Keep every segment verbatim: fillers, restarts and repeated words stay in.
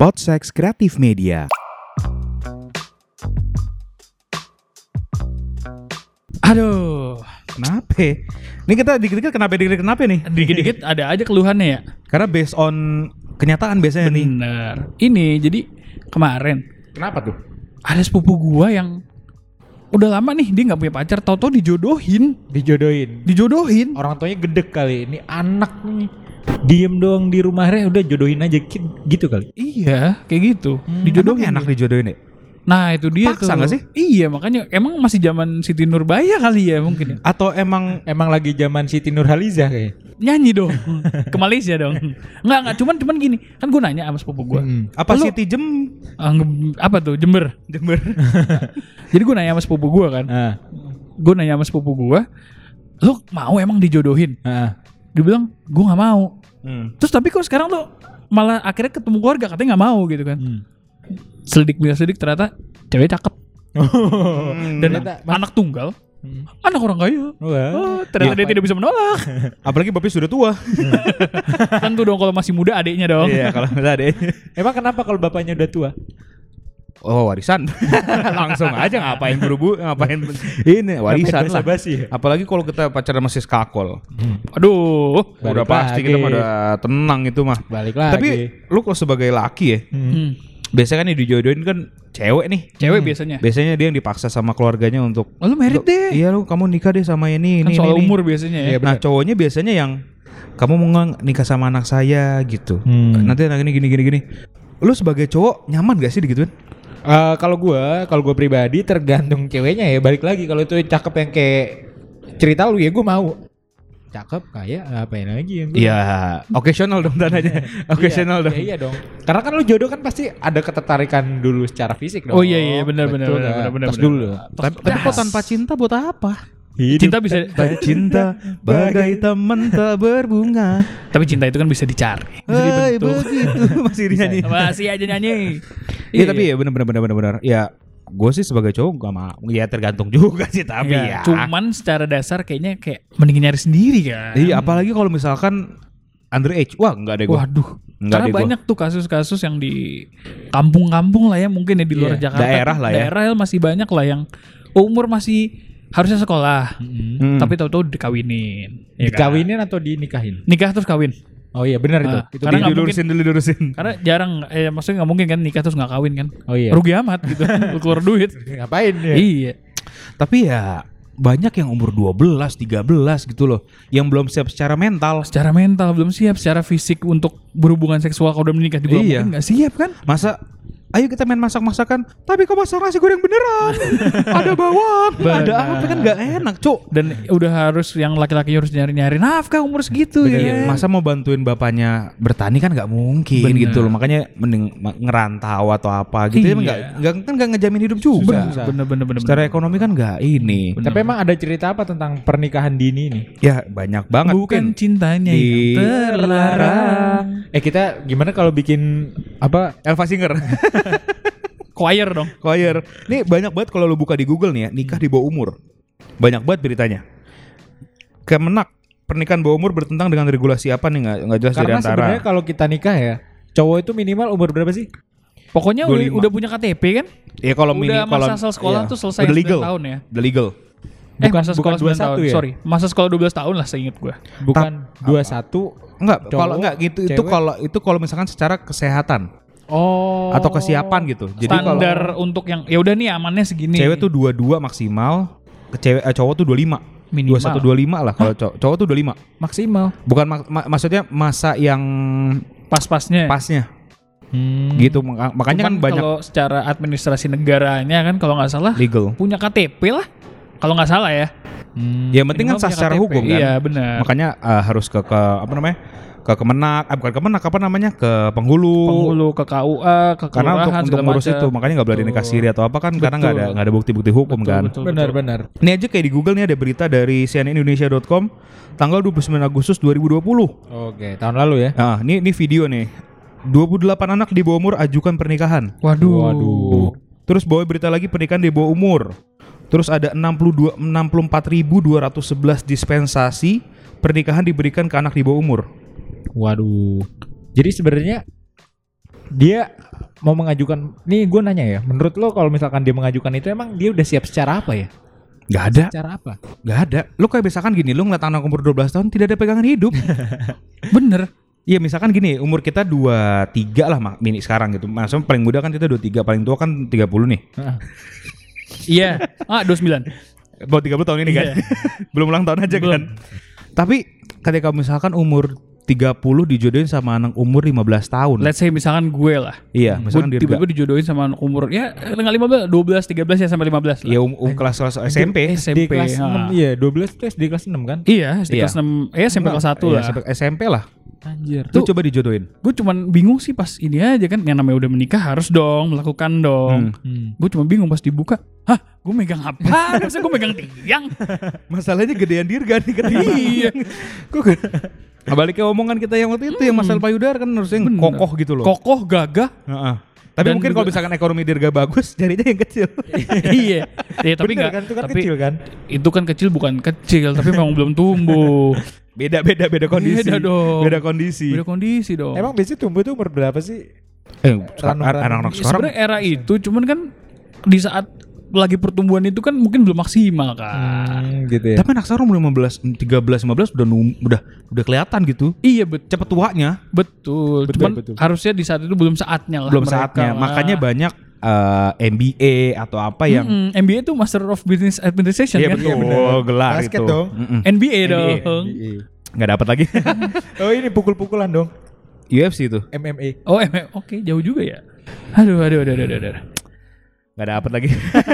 Podsex Kreatif Media. Aduh, Kenapa? Ini kita dikit-dikit kenapa dikit-dikit kenapa nih? dikit-dikit ada aja keluhannya ya. Karena based on kenyataan biasanya nih. Bener. Ini jadi kemarin Kenapa tuh? ada sepupu gua yang udah lama nih dia nggak punya pacar, tahu-tahu dijodohin, Dijodohin. dijodohin. Orang tuanya gedek kali. Ini anak nih. Diem doang di rumahnya udah jodohin aja gitu kali. Iya, kayak gitu. Emang Dijodohin. enak dijodohin ya? Nah itu dia Paksa tuh. nggak sih? Iya makanya emang masih zaman Siti Nurbaya kali ya mungkin ya. Atau emang Emang lagi zaman Siti Nurhaliza kayak. Nyanyi dong ke Malaysia dong. Nggak nggak cuman cuman gini kan gue nanya sama sepupu gue. Hmm. apa Lu- Siti Jem Ah, nge- apa tuh Jember. Jember? Jadi gue nanya sama sepupu gue kan. Ah, Gue nanya sama sepupu gue, lu mau emang dijodohin? ah. Dia bilang gue nggak mau. Hmm. Terus tapi kok sekarang tuh malah akhirnya ketemu keluarga katanya nggak mau gitu kan. Hmm. Selidik bila selidik ternyata cewek cakep Hmm. dan ternyata- anak tunggal, Hmm. anak orang kaya. Wah. Oh, ternyata dia tidak bisa menolak. Apalagi Bapak sudah tua. Tentu dong kalau masih muda adiknya dong. Iya, kalau nggak ada. Emang kenapa kalau bapaknya udah tua? Oh, warisan. Langsung aja ngapain buru-buru, ngapain ini warisan lah. Basa-basi ya? Apalagi kalau kita pacaran masih skakol. Aduh. Udah Balik pasti lagi. kita mah udah tenang itu mah. Balik lagi. Tapi lu kalau sebagai laki ya, Hmm. Hmm. biasanya kan yang dijodohin kan cewek nih. Cewek biasanya. Biasanya dia yang dipaksa sama keluarganya untuk Oh, lu merit deh. iya lu kamu nikah deh sama ini Kan ini soal ini. umur biasanya ya. Iya, Nah, cowoknya biasanya yang kamu mau nggak nikah sama anak saya gitu. Hmm. Nanti anak ini gini gini gini. Lu sebagai cowok nyaman gak sih digituin? Eh, kalau gue, kalau gue pribadi tergantung ceweknya ya. Balik lagi kalau itu cakep yang kayak cerita lu ya gue mau. Cakep kayak apain lagi yang gue. Iya, occasional dong tandanya. Occasional iya, dong. Iya, iya dong. Karena kan lu jodoh kan pasti ada ketertarikan dulu secara fisik dong. Oh iya iya benar benar Betul benar nggak? benar Tos benar. dulu. Tapi, tapi kok tanpa cinta buat apa? Hidup. Cinta bisa Cinta bagai teman tak berbunga. tapi cinta itu kan bisa dicari. Bisa Hai, dibentuk. begitu masih dinyanyi. Masih aja nyanyi. Iya tapi ya benar benar benar benar benar. Ya gue sih sebagai cowok gak mau. Ya tergantung juga sih tapi Iya, ya. cuman secara dasar kayaknya kayak mending nyari sendiri kan. Iya apalagi kalau misalkan underage. Wah enggak deh gue. Waduh. Enggak Karena deh gua. banyak tuh kasus-kasus yang di kampung-kampung lah ya mungkin ya di luar Iya, Jakarta. daerah tuh, lah ya. Daerah masih banyak lah yang umur masih harusnya sekolah, Hmm. tapi tahu-tahu dikawinin. Ya kan? Dikawinin atau dinikahin? Nikah terus kawin. Oh iya benar itu. Ah, Itu karena dia. nggak dilurusin dulu dilurusin. Karena jarang, eh, maksudnya nggak mungkin kan nikah terus nggak kawin kan? Oh iya. Rugi amat gitu, lu keluar duit. Ngapain ya? Iya. Tapi ya banyak yang umur dua belas, tiga belas gitu loh. Yang belum siap secara mental. Secara mental belum siap, secara fisik untuk berhubungan seksual kalau udah menikah juga Iya. mungkin nggak siap kan? Masa ayo kita main masak-masakan, tapi kok masak nasi goreng beneran? Ada bawang, ada Benar. apa kan gak enak, Cuk. Dan udah harus yang laki-laki harus nyari-nyari nafkah umur segitu Iya, ya. masa mau bantuin bapaknya bertani kan nggak mungkin Bener. gitu loh. Makanya mending ma- ngerantau atau apa gitu. Iya. Emang nggak nggak kan nggak ngejamin hidup juga. Susah. Bener bener bener. Secara ekonomi kan nggak ini. Tapi emang ada cerita apa tentang pernikahan dini ini? Ya banyak banget. Bukan Pin. cintanya Di- yang terlarang. Eh kita gimana kalau bikin apa? Elva Singer, Choir dong. choir. Nih banyak banget kalau lu buka di Google nih ya, nikah di bawah umur. Banyak banget beritanya. Kemenak, pernikahan bawah umur bertentangan dengan regulasi apa nih nggak nggak jelas dari Karena antara. sebenarnya kalau kita nikah ya, cowok itu minimal umur berapa sih? Pokoknya dua puluh udah, lima. udah punya K T P kan? Ya kalau mini Udah kalau masa asal sekolah iya, tuh selesai udah legal. sembilan tahun ya. Udah legal. Eh Bukan- masa sekolah bukan sembilan tahun. dua puluh satu ya? Sorry, masa sekolah dua belas tahun lah seingat gue. Bukan dua puluh satu. Enggak, Cowok, kalau enggak gitu itu cewek. kalau itu kalau misalkan secara kesehatan Oh. atau kesiapan gitu. Jadi kalau Standar untuk yang ya udah nih amannya segini. cewek tuh dua puluh dua maksimal, ke cewek eh, cowok tuh dua puluh lima. Minimal. dua puluh satu dua puluh lima lah kalau cowok. Cowok tuh dua puluh lima. maksimal. Bukan mak- ma- maksudnya masa yang Pas-pasnya. pasnya Hmm. gitu. Maka- Makanya Cuman kan banyak kalau secara administrasi negaranya kan kalau nggak salah legal. punya K T P lah. Kalau nggak salah ya. Hmm. Ya yang penting kan Minimal sah punya secara K T P. hukum kan. Iya benar. Makanya eh, harus ke ke apa namanya? Ke Kemenak, ah, bukan Kemenak apa namanya? Ke Penghulu. Penghulu ke K U A, ke Karena untuk kelurahan untuk segala ngurus macam. itu makanya nggak boleh nikah siri atau apa kan karena nggak ada Betul. nggak ada bukti-bukti hukum Betul, kan. betul, Benar betul. benar. Ini aja kayak di Google nih ada berita dari C N N Indonesia dot com tanggal dua puluh sembilan Agustus dua ribu dua puluh. Oke, tahun lalu ya. Nah, ini ini video nih. dua puluh delapan anak di bawah umur ajukan pernikahan. Waduh. Waduh. Terus bawa berita lagi pernikahan di bawah umur. Terus ada enam puluh dua enam puluh empat ribu dua ratus sebelas dispensasi pernikahan diberikan ke anak di bawah umur. Waduh. Jadi sebenarnya dia mau mengajukan, nih gue nanya ya, menurut lo kalau misalkan dia mengajukan itu emang dia udah siap secara apa ya? Gak ada. Secara apa? Gak ada. Lu kayak misalkan gini, lu ngeliat anak umur dua belas tahun tidak ada pegangan hidup. Bener. Iya misalkan gini, umur kita dua puluh tiga lah mak, mini sekarang gitu. Maksudnya paling muda kan kita dua puluh tiga, paling tua kan tiga puluh nih. Iya. Ah, dua puluh sembilan. Baru tiga puluh tahun ini kan. Belum ulang tahun aja Belum. kan. Tapi ketika misalkan umur tiga puluh dijodohin sama anak umur lima belas tahun. Let's say misalkan gue lah. Iya, Gue misalkan Dirga. tiba-tiba dijodohin sama anak umur ya enggak lima belas, dua belas, tiga belas ya sampai lima belas lah. Iya, um, um, kelas-kelas S M P. S M P. Di kelas ha. enam, iya dua belas itu S D kelas enam kan? Iya, S D Iya. kelas enam, eh S M P kelas satu Iya, lah. sampai S M P lah. Anjir. Lu coba dijodohin. Gue cuman bingung sih pas ini aja kan, yang namanya udah menikah harus dong melakukan dong. Hmm. Gue cuma bingung pas dibuka, hah gue megang apa? Masa gue megang tiang? Masalahnya gedean Dirga nih kan. Iya. Kok gak? Nah, balik ke omongan kita yang waktu itu yang masalah payudara kan harusnya yang Bener. kokoh gitu loh. Kokoh, gagah. Heeh. Tapi Dan mungkin juga- kalau misalkan ekonomi Dirga bagus, jarinya yang kecil. Iya. Ya, tapi Bener enggak kan, itu kan tapi kecil kan? Itu kan kecil bukan kecil, tapi memang belum tumbuh. Beda beda beda kondisi. Beda dong. Beda kondisi. Beda kondisi dong. Emang biasanya tumbuh tuh umur berapa sih? Eh, sekarang- Ranu-ranu. anak-anak Ya, sekarang sebenarnya era itu cuman kan di saat lagi pertumbuhan itu kan mungkin belum maksimal kan. Hmm, gitu ya. tapi anak sekarang umur lima belas, tiga belas, lima belas udah num- udah udah kelihatan gitu. Iya betul. Cepet tuanya, Betul. Betul, Cuman betul. harusnya di saat itu belum saatnya lah. belum mereka saatnya. lah. Makanya banyak eh, M B A atau apa yang Mm-mm. M B A itu Master of Business Administration Iya kan? betul, gelar Basket itu. dong. Mm-mm. N B A N B A, dong. N B A. Nggak dapat lagi. Oh ini pukul-pukulan dong. U F C itu M M A. Oh, M M A. Oke, jauh juga ya. Aduh, aduh, aduh, aduh, aduh. aduh. nggak dapat lagi.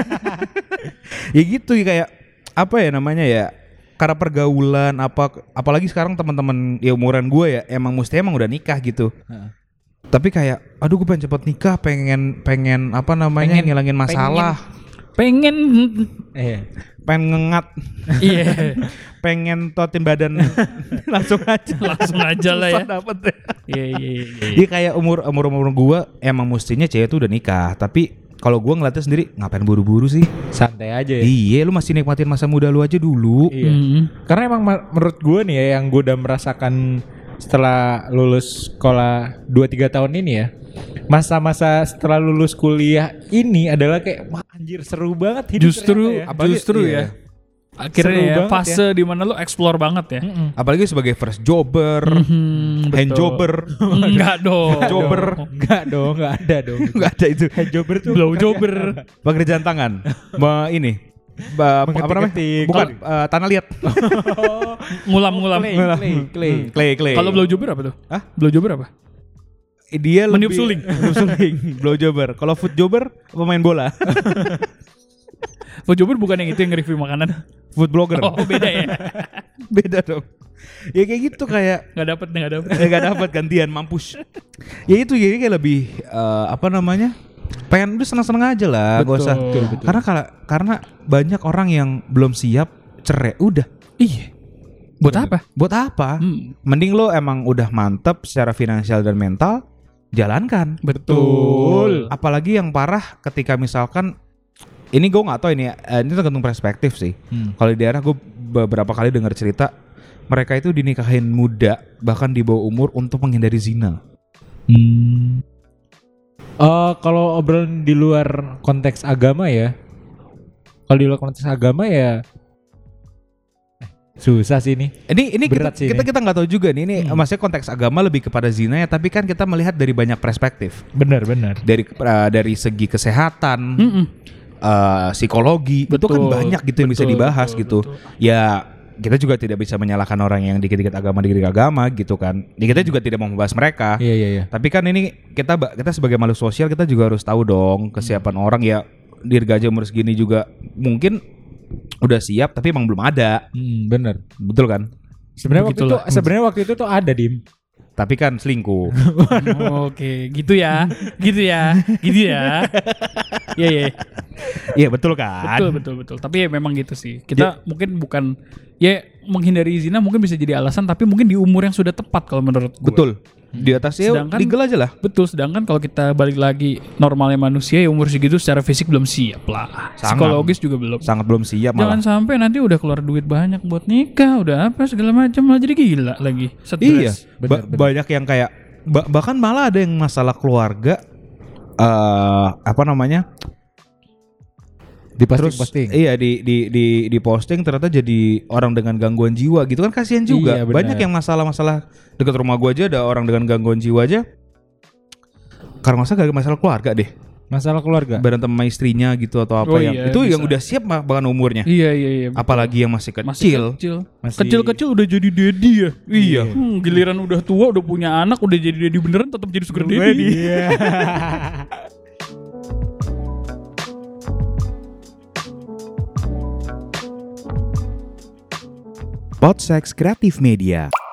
Ya gitu ya, kayak apa ya namanya ya, karena pergaulan apa, apalagi sekarang teman-teman ya umuran gue ya emang mesti emang udah nikah gitu. Heeh. Tapi kayak aduh gue pengen cepet nikah, pengen pengen apa namanya Pengen- ngilangin masalah, Pengen Eh. pengen ngengat, iya, pengen totin badan langsung aja. langsung aja lah ya. Susah dapet ya. Iya, iya, iya. iya. Iya kayak umur umur umur gue emang mestinya cewek tuh udah nikah, tapi kalau gue ngeliatnya sendiri ngapain buru-buru sih? Santai aja ya. Iya, lu masih nikmatin masa muda lu aja dulu. Iya. Mm. Karena emang ma- menurut gue nih ya, yang gue udah merasakan setelah lulus sekolah dua tiga tahun ini ya, masa-masa setelah lulus kuliah ini adalah kayak wah anjir seru banget hidup Justru, ternyata ya. Apalagi- justru iya. ya. Akhirnya Seru ya, banget fase di mana lu explore banget ya. Mm-mm. Apalagi sebagai first jobber, Hmm, hand betul. jobber, Enggak dong. jobber, Enggak dong, enggak ada dong. nggak ada itu. Head jobber tuh Blow jobber. Pekerjaan tangan, Ma, ini, ba, apa namanya? Mengetik-ngetik. Bukan eh, tanah liat. Ngulam-ngulam. Clay, clay, clay. clay, clay. Kalau blow jobber apa tuh? Hah? Blow jobber apa? Dia Meniup lebih- suling. meniup suling, blow jobber. Kalau food jobber pemain bola, Blow jobber bukan yang itu yang nge-review makanan. food blogger. Oh, beda ya. Beda dong. Ya kayak gitu kayak Enggak dapet, enggak dapet. ya gak dapat gantian, mampus. Ya itu jadi kayak lebih eh, apa namanya? Pengen udah senang-senang aja lah, gak usah. Betul, betul. Karena kala- karena banyak orang yang belum siap cerai, udah. Iya. Buat apa? Buat apa? Hmm. Mending lo emang udah mantep secara finansial dan mental, jalankan. Betul. Apalagi yang parah ketika misalkan ini gue nggak tahu ini, eh, ini tergantung perspektif sih. Hmm. Kalau di daerah gue beberapa kali dengar cerita mereka itu dinikahin muda bahkan di bawah umur untuk menghindari zina. Hmm. Eh, kalau obrolan di luar konteks agama ya, kalau di luar konteks agama ya eh, susah sih ini. Ini ini Berat kita sih kita ini. kita nggak tahu juga nih. Ini Hmm. maksudnya konteks agama lebih kepada zina ya, tapi kan kita melihat dari banyak perspektif. Benar, benar. Dari eh, dari segi kesehatan, Mm-mm. eh, psikologi, itu kan Betul, banyak gitu yang bisa betul, dibahas betul, gitu. betul. Ya kita juga tidak bisa menyalahkan orang yang dikit-dikit agama dikit-dikit agama gitu kan. Ya, kita juga tidak mau membahas mereka. Iya, iya, iya. Tapi kan ini kita ba- kita sebagai makhluk sosial kita juga harus tahu dong kesiapan orang ya. Dirga aja umur segini juga mungkin udah siap tapi emang belum ada. Hmm, benar. Betul kan? Sebenarnya waktu itu Begitulah. sebenarnya waktu itu tuh ada Dim. Tapi kan selingkuh. Oke, gitu ya. Gitu ya. Gitu ya. Iya, iya. Iya betul kan? Betul, betul, betul. Tapi ya memang gitu sih. Kita mungkin bukan ya menghindari zina mungkin bisa jadi alasan, tapi mungkin di umur yang sudah tepat kalau menurut gue. Betul. Di atasnya Sedangkan- legal aja lah. Betul, sedangkan kalau kita balik lagi normalnya manusia ya umur segitu secara fisik belum siap lah. Sangat. Psikologis juga belum. Sangat belum siap Jangan malah. sampai nanti udah keluar duit banyak buat nikah, udah apa segala macam malah jadi gila lagi. Iya. Stres. Benar, Ba- benar. Banyak yang kayak ba- bahkan malah ada yang masalah keluarga eh apa namanya? Di Terus posting-posting. iya di di di di posting ternyata jadi orang dengan gangguan jiwa gitu kan, kasihan juga. Iya, benar. Banyak yang masalah-masalah dekat rumah gua aja ada orang dengan gangguan jiwa aja. Karena masa gak masalah keluarga deh. Masalah keluarga. Berantem sama istrinya gitu atau apa Oh yang iya, itu bisa. yang udah siap mah bahkan umurnya. Iya iya iya. Apalagi yang masih kecil. Masih kecil. Masih- Kecil-kecil udah jadi daddy ya. Iya. Hmm, giliran udah tua udah punya anak udah jadi daddy beneran tetap jadi sugar daddy. Iya. Podsex Kreatif Media.